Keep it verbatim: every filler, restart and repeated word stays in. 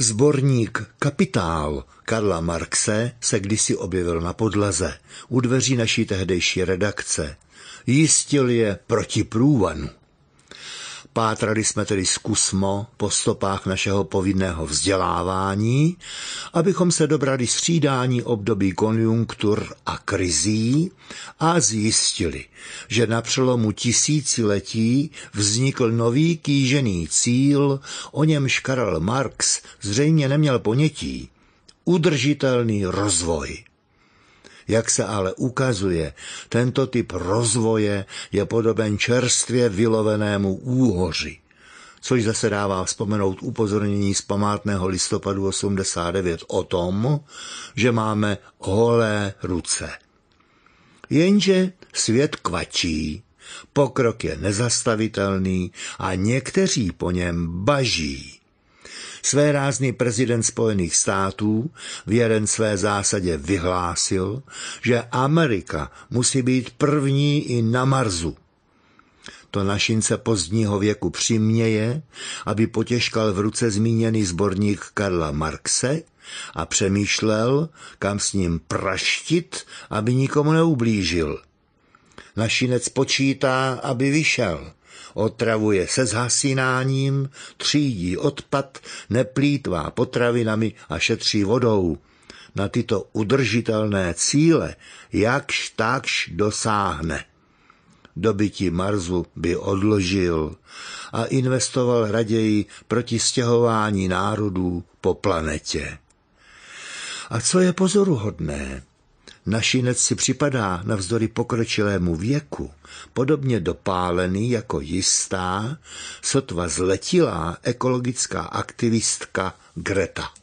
Sborník Kapitál Karla Marxe se kdysi objevil na podlaze u dveří naší tehdejší redakce. Jistil je proti průvanu. Pátrali jsme tedy zkusmo po stopách našeho povinného vzdělávání, abychom se dobrali střídání období konjunktur a krizí a zjistili, že na přelomu tisíciletí vznikl nový kýžený cíl, o němž Karel Marx zřejmě neměl ponětí, udržitelný rozvoj. Jak se ale ukazuje, tento typ rozvoje je podoben čerstvě vylovenému úhoři, což zase dává vzpomenout upozornění z památného listopadu osmdesát devět o tom, že máme holé ruce. Jenže svět kvačí, pokrok je nezastavitelný a někteří po něm baží. Svérázný prezident Spojených států věren své zásadě vyhlásil, že Amerika musí být první i na Marsu. To našince pozdního věku přiměje, aby potěškal v ruce zmíněný sborník Karla Marxe a přemýšlel, kam s ním praštit, aby nikomu neublížil. Našinec počítá, aby vyšel. Otravuje se zhasínáním, třídí odpad, neplýtvá potravinami a šetří vodou. Na tyto udržitelné cíle jakž takž dosáhne. Dobytí Marsu by odložil a investoval raději proti stěhování národů po planetě. A co je pozoruhodné? Našinec si připadá navzdory pokročilému věku podobně dopálený jako jistá, sotva zletilá ekologická aktivistka Greta.